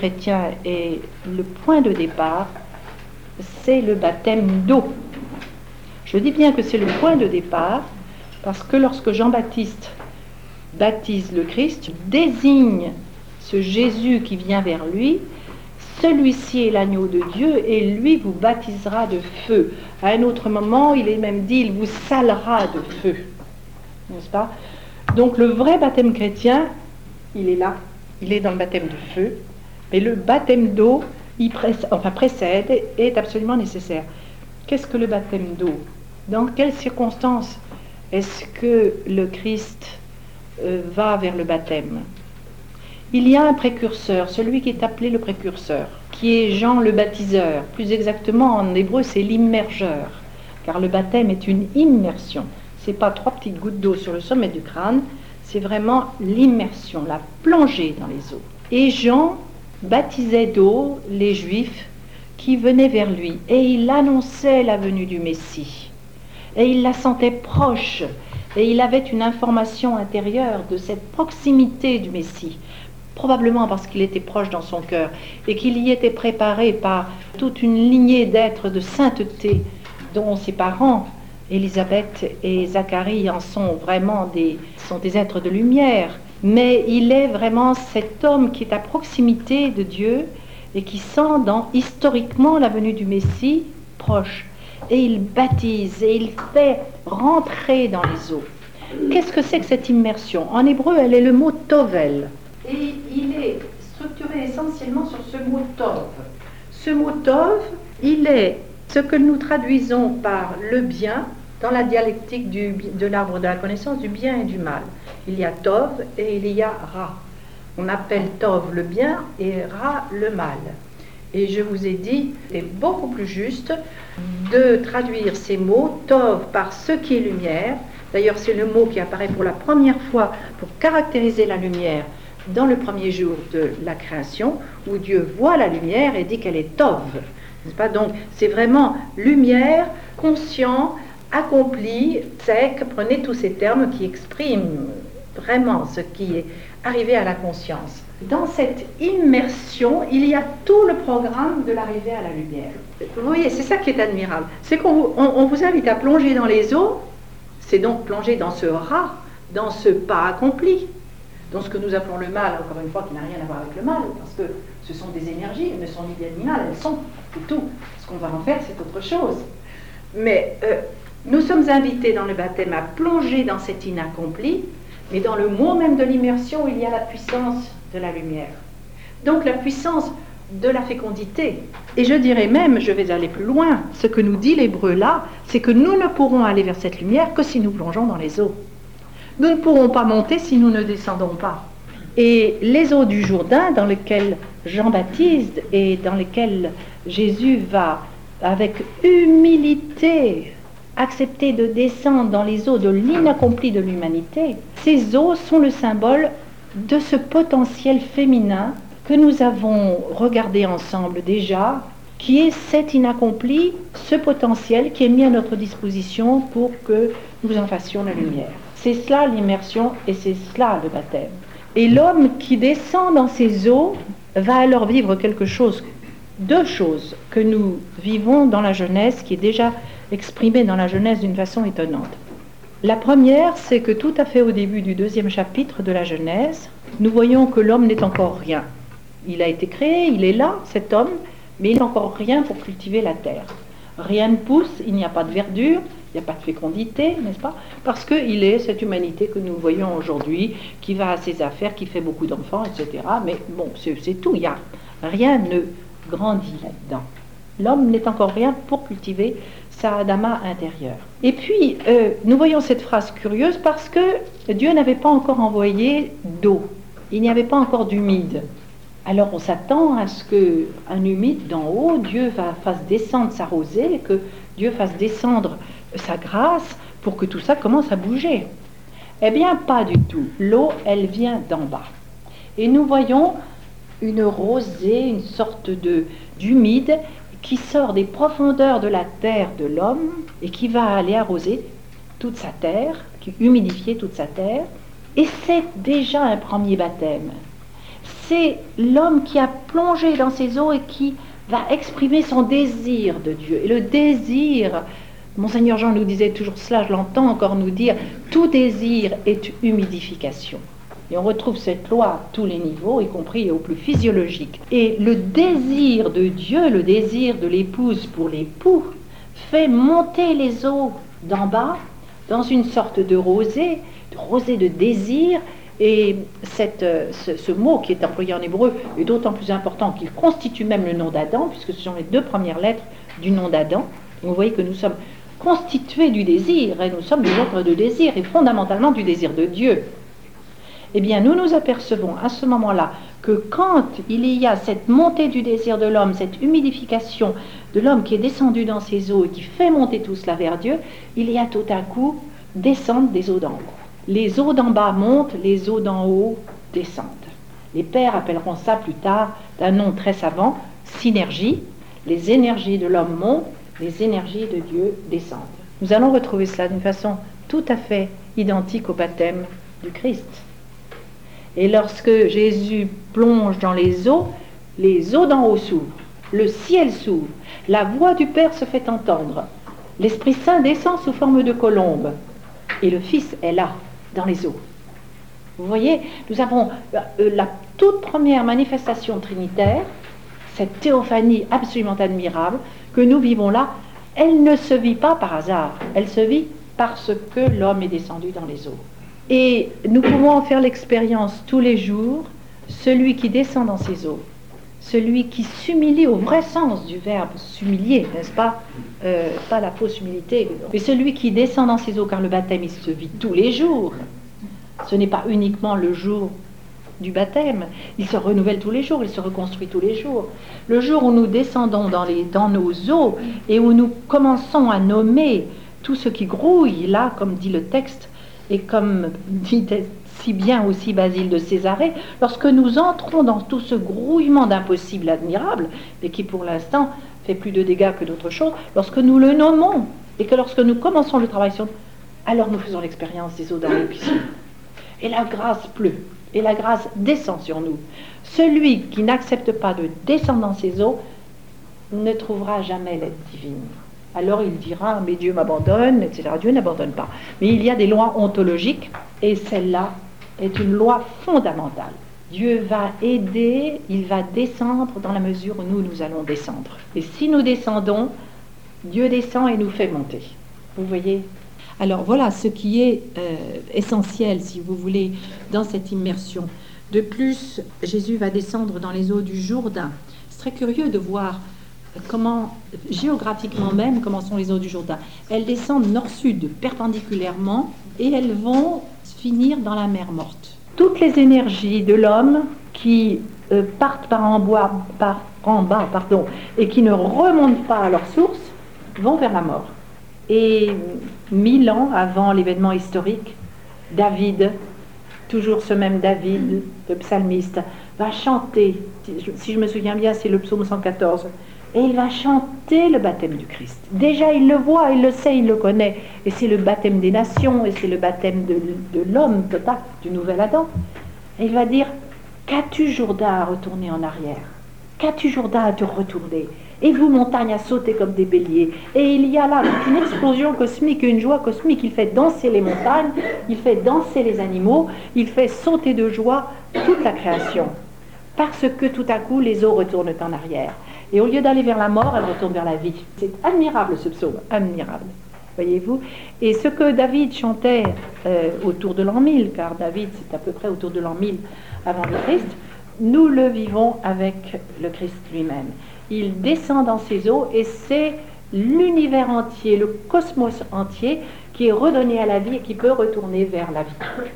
chrétien et le point de départ, c'est le baptême d'eau. Je dis bien que c'est le point de départ, parce que lorsque Jean-Baptiste baptise le Christ, désigne ce Jésus qui vient vers lui, celui-ci est l'agneau de Dieu et lui vous baptisera de feu. À un autre moment, il est même dit, il vous salera de feu. N'est-ce pas? Donc le vrai baptême chrétien, il est là, il est dans le baptême de feu, mais le baptême d'eau, précède et est absolument nécessaire. Qu'est-ce que le baptême d'eau? Dans quelles circonstances est-ce que le Christ va vers le baptême? Il y a un précurseur, celui qui est appelé le précurseur, qui est Jean le baptiseur. Plus exactement, en hébreu, c'est l'immergeur, car le baptême est une immersion. Ce n'est pas 3 petites gouttes d'eau sur le sommet du crâne, c'est vraiment l'immersion, la plongée dans les eaux. Et Jean baptisait d'eau les Juifs qui venaient vers lui, et il annonçait la venue du Messie. Et il la sentait proche, et il avait une information intérieure de cette proximité du Messie. Probablement parce qu'il était proche dans son cœur et qu'il y était préparé par toute une lignée d'êtres de sainteté dont ses parents, Élisabeth et Zacharie, sont des êtres de lumière. Mais il est vraiment cet homme qui est à proximité de Dieu et qui sent historiquement la venue du Messie proche. Et il baptise et il fait rentrer dans les eaux. Qu'est-ce que c'est que cette immersion? En hébreu, elle est le mot tovel. Et il est structuré essentiellement sur ce mot tov. Ce mot tov, il est ce que nous traduisons par le bien dans la dialectique de l'arbre de la connaissance du bien et du mal. Il y a tov et il y a ra. On appelle tov le bien et ra le mal. Et je vous ai dit, c'est beaucoup plus juste de traduire ces mots tov par ce qui est lumière. D'ailleurs, c'est le mot qui apparaît pour la première fois pour caractériser la lumière dans le premier jour de la création, où Dieu voit la lumière et dit qu'elle est tov. N'est-ce pas? Donc, c'est vraiment lumière, conscient, accompli, sec. Prenez tous ces termes qui expriment vraiment ce qui est arrivé à la conscience. Dans cette immersion, il y a tout le programme de l'arrivée à la lumière. Vous voyez, c'est ça qui est admirable. C'est qu'on vous invite à plonger dans les eaux, c'est donc plonger dans ce ra, dans ce pas accompli, dans ce que nous appelons le mal, encore une fois, qui n'a rien à voir avec le mal, parce que ce sont des énergies, elles ne sont ni bien ni mal, elles sont, c'est tout. Ce qu'on va en faire, c'est autre chose. Mais nous sommes invités dans le baptême à plonger dans cet inaccompli, mais dans le mot même de l'immersion, il y a la puissance de la lumière. Donc la puissance de la fécondité. Et je dirais même, je vais aller plus loin, ce que nous dit l'hébreu là, c'est que nous ne pourrons aller vers cette lumière que si nous plongeons dans les eaux. Nous ne pourrons pas monter si nous ne descendons pas. Et les eaux du Jourdain, dans lesquelles Jean baptise et dans lesquelles Jésus va avec humilité accepter de descendre dans les eaux de l'inaccompli de l'humanité, ces eaux sont le symbole de ce potentiel féminin que nous avons regardé ensemble déjà, qui est cet inaccompli, ce potentiel qui est mis à notre disposition pour que nous en fassions la lumière. C'est cela l'immersion et c'est cela le baptême. Et l'homme qui descend dans ces eaux va alors vivre deux choses que nous vivons dans la Genèse, qui est déjà exprimée dans la Genèse d'une façon étonnante. La première, c'est que tout à fait au début du 2e chapitre de la Genèse, nous voyons que l'homme n'est encore rien. Il a été créé, il est là, cet homme, mais il n'est encore rien pour cultiver la terre. Rien ne pousse, il n'y a pas de verdure, il n'y a pas de fécondité, n'est-ce pas? Parce qu'il est cette humanité que nous voyons aujourd'hui, qui va à ses affaires, qui fait beaucoup d'enfants, etc. Mais bon, c'est tout, rien ne grandit là-dedans. L'homme n'est encore rien pour cultiver sa Adama intérieure. Et puis, nous voyons cette phrase curieuse parce que Dieu n'avait pas encore envoyé d'eau. Il n'y avait pas encore d'humide. Alors on s'attend à ce qu'un humide d'en haut, Dieu fasse descendre sa rosée, que Dieu fasse descendre sa grâce pour que tout ça commence à bouger. Eh bien, pas du tout. L'eau, elle vient d'en bas. Et nous voyons une rosée, une sorte d'humide qui sort des profondeurs de la terre de l'homme et qui va aller arroser toute sa terre, qui humidifier toute sa terre. Et c'est déjà un premier baptême. c'est l'homme qui a plongé dans ces eaux et qui va exprimer son désir de Dieu. Et le désir, Monseigneur Jean nous disait toujours cela, je l'entends encore nous dire, tout désir est humidification. Et on retrouve cette loi à tous les niveaux, y compris au plus physiologique. Et le désir de Dieu, le désir de l'épouse pour l'époux, fait monter les eaux d'en bas dans une sorte de rosée de désir. Et ce mot qui est employé en hébreu est d'autant plus important qu'il constitue même le nom d'Adam, puisque ce sont les 2 premières lettres du nom d'Adam. Vous voyez que nous sommes constitués du désir, et nous sommes des êtres de désir, et fondamentalement du désir de Dieu. Eh bien, nous nous apercevons à ce moment-là que quand il y a cette montée du désir de l'homme, cette humidification de l'homme qui est descendu dans ses eaux et qui fait monter tout cela vers Dieu, il y a tout à coup descente des eaux d'en haut. Les eaux d'en bas montent, les eaux d'en haut descendent. Les pères appelleront ça plus tard d'un nom très savant, synergie. Les énergies de l'homme montent, les énergies de Dieu descendent. Nous allons retrouver cela d'une façon tout à fait identique au baptême du Christ. Et lorsque Jésus plonge dans les eaux d'en haut s'ouvrent, le ciel s'ouvre, la voix du Père se fait entendre, l'Esprit Saint descend sous forme de colombe, et le Fils est là, dans les eaux. Vous voyez, nous avons la toute première manifestation trinitaire, cette théophanie absolument admirable, que nous vivons là. Elle ne se vit pas par hasard, elle se vit parce que l'homme est descendu dans les eaux. Et nous pouvons en faire l'expérience tous les jours, celui qui descend dans ces eaux, celui qui s'humilie au vrai sens du verbe s'humilier, n'est-ce pas, pas la fausse humilité, mais celui qui descend dans ces eaux, car le baptême il se vit tous les jours, ce n'est pas uniquement le jour du baptême, il se renouvelle tous les jours, il se reconstruit tous les jours. Le jour où nous descendons dans nos eaux et où nous commençons à nommer tout ce qui grouille, là, comme dit le texte, et comme dit si bien aussi Basile de Césarée, lorsque nous entrons dans tout ce grouillement d'impossible admirable, mais qui pour l'instant fait plus de dégâts que d'autres choses, lorsque nous le nommons, et que lorsque nous commençons le travail sur nous, alors nous faisons l'expérience des eaux d'en haut qui s'ouvrent. Et la grâce pleut, et la grâce descend sur nous. Celui qui n'accepte pas de descendre dans ces eaux ne trouvera jamais l'aide divine. Alors il dira, mais Dieu m'abandonne, etc. Dieu n'abandonne pas. Mais il y a des lois ontologiques, et celle-là est une loi fondamentale. Dieu va aider, il va descendre dans la mesure où nous allons descendre. Et si nous descendons, Dieu descend et nous fait monter. Vous voyez ? Alors voilà ce qui est essentiel, si vous voulez, dans cette immersion. De plus, Jésus va descendre dans les eaux du Jourdain. C'est très curieux de voir comment, géographiquement même, comment sont les eaux du Jourdain. Elles descendent nord-sud, perpendiculairement, et elles vont finir dans la mer morte. Toutes les énergies de l'homme qui partent par en bas, et qui ne remontent pas à leur source, vont vers la mort. Et 1000 ans avant l'événement historique, David, toujours ce même David, le psalmiste, va chanter, si je me souviens bien, c'est le psaume 114, et il va chanter le baptême du Christ. Déjà, il le voit, il le sait, il le connaît, et c'est le baptême des nations, et c'est le baptême de l'homme total, du nouvel Adam. Et il va dire, qu'as-tu Jourdain à retourner en arrière? Qu'as-tu Jourdain à te retourner? Et vous, montagnes, à sauter comme des béliers. Et il y a là une explosion cosmique, une joie cosmique. Il fait danser les montagnes, il fait danser les animaux, il fait sauter de joie toute la création. Parce que tout à coup, les eaux retournent en arrière. Et au lieu d'aller vers la mort, elles retournent vers la vie. C'est admirable ce psaume, admirable. Voyez-vous? Et ce que David chantait autour de l'an 1000, car David c'est à peu près autour de l'an 1000 avant le Christ, nous le vivons avec le Christ lui-même. Il descend dans ces eaux et c'est l'univers entier, le cosmos entier qui est redonné à la vie et qui peut retourner vers la vie.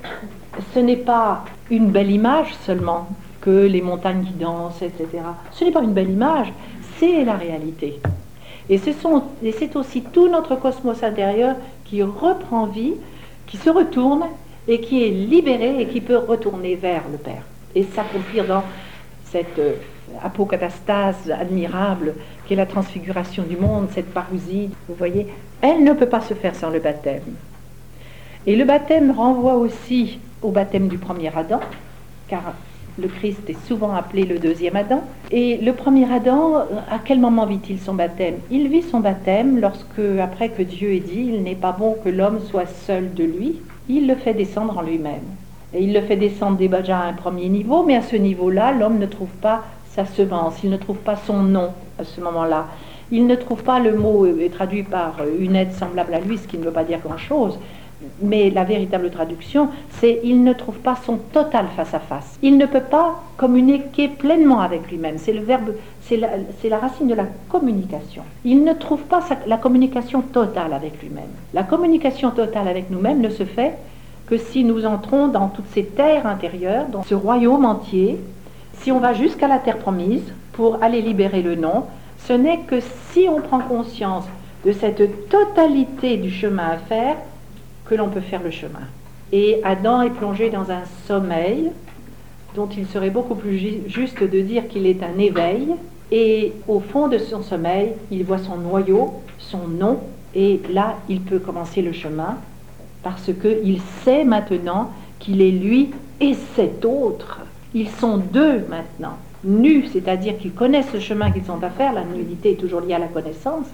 Ce n'est pas une belle image seulement que les montagnes qui dansent, etc. Ce n'est pas une belle image, c'est la réalité. Et c'est aussi tout notre cosmos intérieur qui reprend vie, qui se retourne et qui est libéré et qui peut retourner vers le Père et s'accomplir dans cette apocatastase admirable qui est la transfiguration du monde, cette parousie, vous voyez, elle ne peut pas se faire sans le baptême. Et le baptême renvoie aussi au baptême du premier Adam, car Le Christ est souvent appelé le deuxième Adam. Et le premier Adam, à quel moment vit-il son baptême? Il vit son baptême lorsque, après que Dieu ait dit, il n'est pas bon que l'homme soit seul de lui, il le fait descendre en lui-même. Et il le fait descendre déjà à un premier niveau, mais à ce niveau-là, l'homme ne trouve pas sa semence, il ne trouve pas son nom à ce moment-là. Il ne trouve pas, le mot est traduit par une aide semblable à lui, ce qui ne veut pas dire grand-chose. Mais la véritable traduction, c'est il ne trouve pas son total face à face. Il ne peut pas communiquer pleinement avec lui-même. C'est le verbe, c'est la racine de la communication. Il ne trouve pas la communication totale avec lui-même. La communication totale avec nous-mêmes ne se fait que si nous entrons dans toutes ces terres intérieures, dans ce royaume entier, si on va jusqu'à la terre promise pour aller libérer le non, ce n'est que si on prend conscience de cette totalité du chemin à faire que l'on peut faire le chemin. Et Adam est plongé dans un sommeil dont il serait beaucoup plus juste de dire qu'il est un éveil, et au fond de son sommeil, il voit son noyau, son nom, et là, il peut commencer le chemin, parce qu'il sait maintenant qu'il est lui et cet autre. Ils sont deux maintenant, nus, c'est-à-dire qu'ils connaissent le chemin qu'ils ont à faire, la nudité est toujours liée à la connaissance,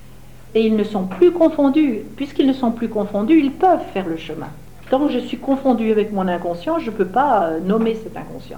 et ils ne sont plus confondus. Puisqu'ils ne sont plus confondus, ils peuvent faire le chemin. Tant que je suis confondu avec mon inconscient, je ne peux pas nommer cet inconscient.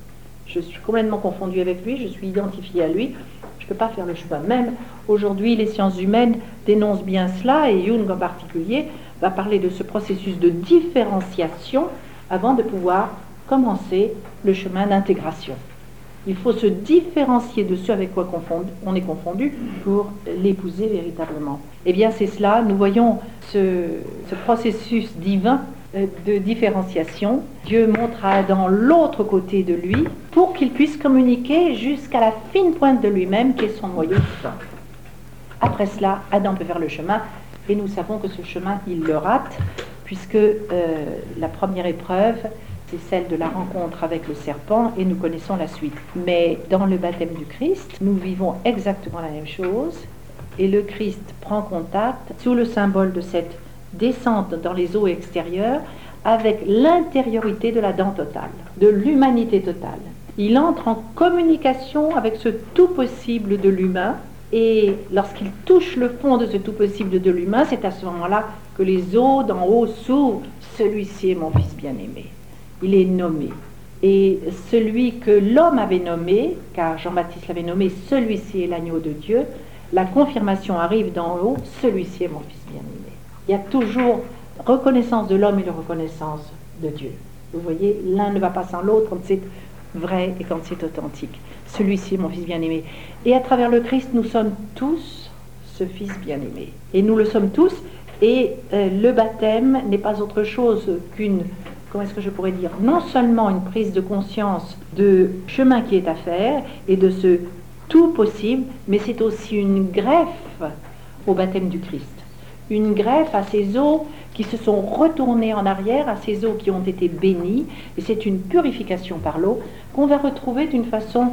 Je suis complètement confondu avec lui, je suis identifié à lui, je ne peux pas faire le chemin. Même aujourd'hui, les sciences humaines dénoncent bien cela, et Jung en particulier va parler de ce processus de différenciation avant de pouvoir commencer le chemin d'intégration. Il faut se différencier de ce avec quoi on est confondu pour l'épouser véritablement. Eh bien, c'est cela, nous voyons ce processus divin de différenciation. Dieu montre à Adam l'autre côté de lui pour qu'il puisse communiquer jusqu'à la fine pointe de lui-même qui est son noyau divin. Après cela, Adam peut faire le chemin et nous savons que ce chemin, il le rate puisque la première épreuve, c'est celle de la rencontre avec le serpent et nous connaissons la suite. Mais dans le baptême du Christ, nous vivons exactement la même chose et le Christ prend contact sous le symbole de cette descente dans les eaux extérieures avec l'intériorité de l'Adam total, de l'humanité totale. Il entre en communication avec ce tout possible de l'humain et lorsqu'il touche le fond de ce tout possible de l'humain, c'est à ce moment-là que les eaux d'en haut s'ouvrent. Celui-ci est mon fils bien-aimé. Il est nommé. Et celui que l'homme avait nommé, car Jean-Baptiste l'avait nommé, celui-ci est l'agneau de Dieu, la confirmation arrive d'en haut, celui-ci est mon fils bien-aimé. Il y a toujours reconnaissance de l'homme et de reconnaissance de Dieu. Vous voyez, l'un ne va pas sans l'autre quand c'est vrai et quand c'est authentique. Celui-ci est mon fils bien-aimé. Et à travers le Christ, nous sommes tous ce fils bien-aimé. Et nous le sommes tous, et le baptême n'est pas autre chose qu'une... Comment est-ce que je pourrais dire? Non seulement une prise de conscience de chemin qui est à faire et de ce tout possible, mais c'est aussi une greffe au baptême du Christ. Une greffe à ces eaux qui se sont retournées en arrière, à ces eaux qui ont été bénies, et c'est une purification par l'eau qu'on va retrouver d'une façon,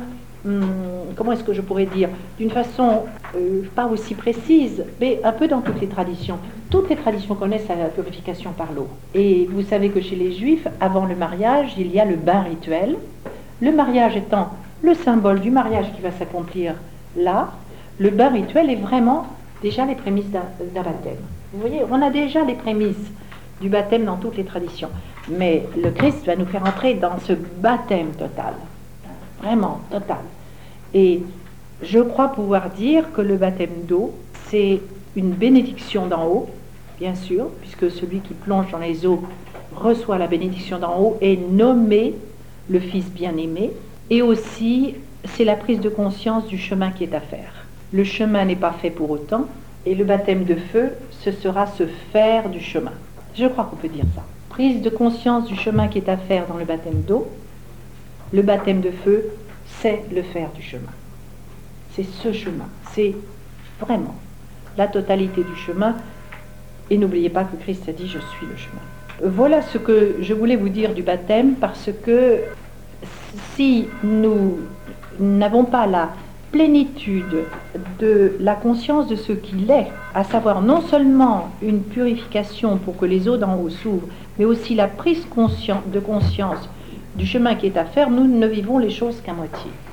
comment est-ce que je pourrais dire, d'une façon pas aussi précise, mais un peu dans toutes les traditions. Toutes les traditions connaissent la purification par l'eau. Et vous savez que chez les Juifs, avant le mariage, il y a le bain rituel. Le mariage étant le symbole du mariage qui va s'accomplir là, le bain rituel est vraiment déjà les prémices d'un baptême. Vous voyez, on a déjà les prémices du baptême dans toutes les traditions. Mais le Christ va nous faire entrer dans ce baptême total. Vraiment, total. Et je crois pouvoir dire que le baptême d'eau, c'est une bénédiction d'en haut, bien sûr, puisque celui qui plonge dans les eaux reçoit la bénédiction d'en haut et nommé le Fils bien-aimé. Et aussi, c'est la prise de conscience du chemin qui est à faire. Le chemin n'est pas fait pour autant, et le baptême de feu, ce sera se faire du chemin. Je crois qu'on peut dire ça. Prise de conscience du chemin qui est à faire dans le baptême d'eau. Le baptême de feu, c'est le faire du chemin. C'est ce chemin. C'est vraiment la totalité du chemin. Et n'oubliez pas que Christ a dit « Je suis le chemin ». Voilà ce que je voulais vous dire du baptême, parce que si nous n'avons pas la plénitude de la conscience de ce qu'il est, à savoir non seulement une purification pour que les eaux d'en haut s'ouvrent, mais aussi la prise de conscience du chemin qui est à faire, nous ne vivons les choses qu'à moitié.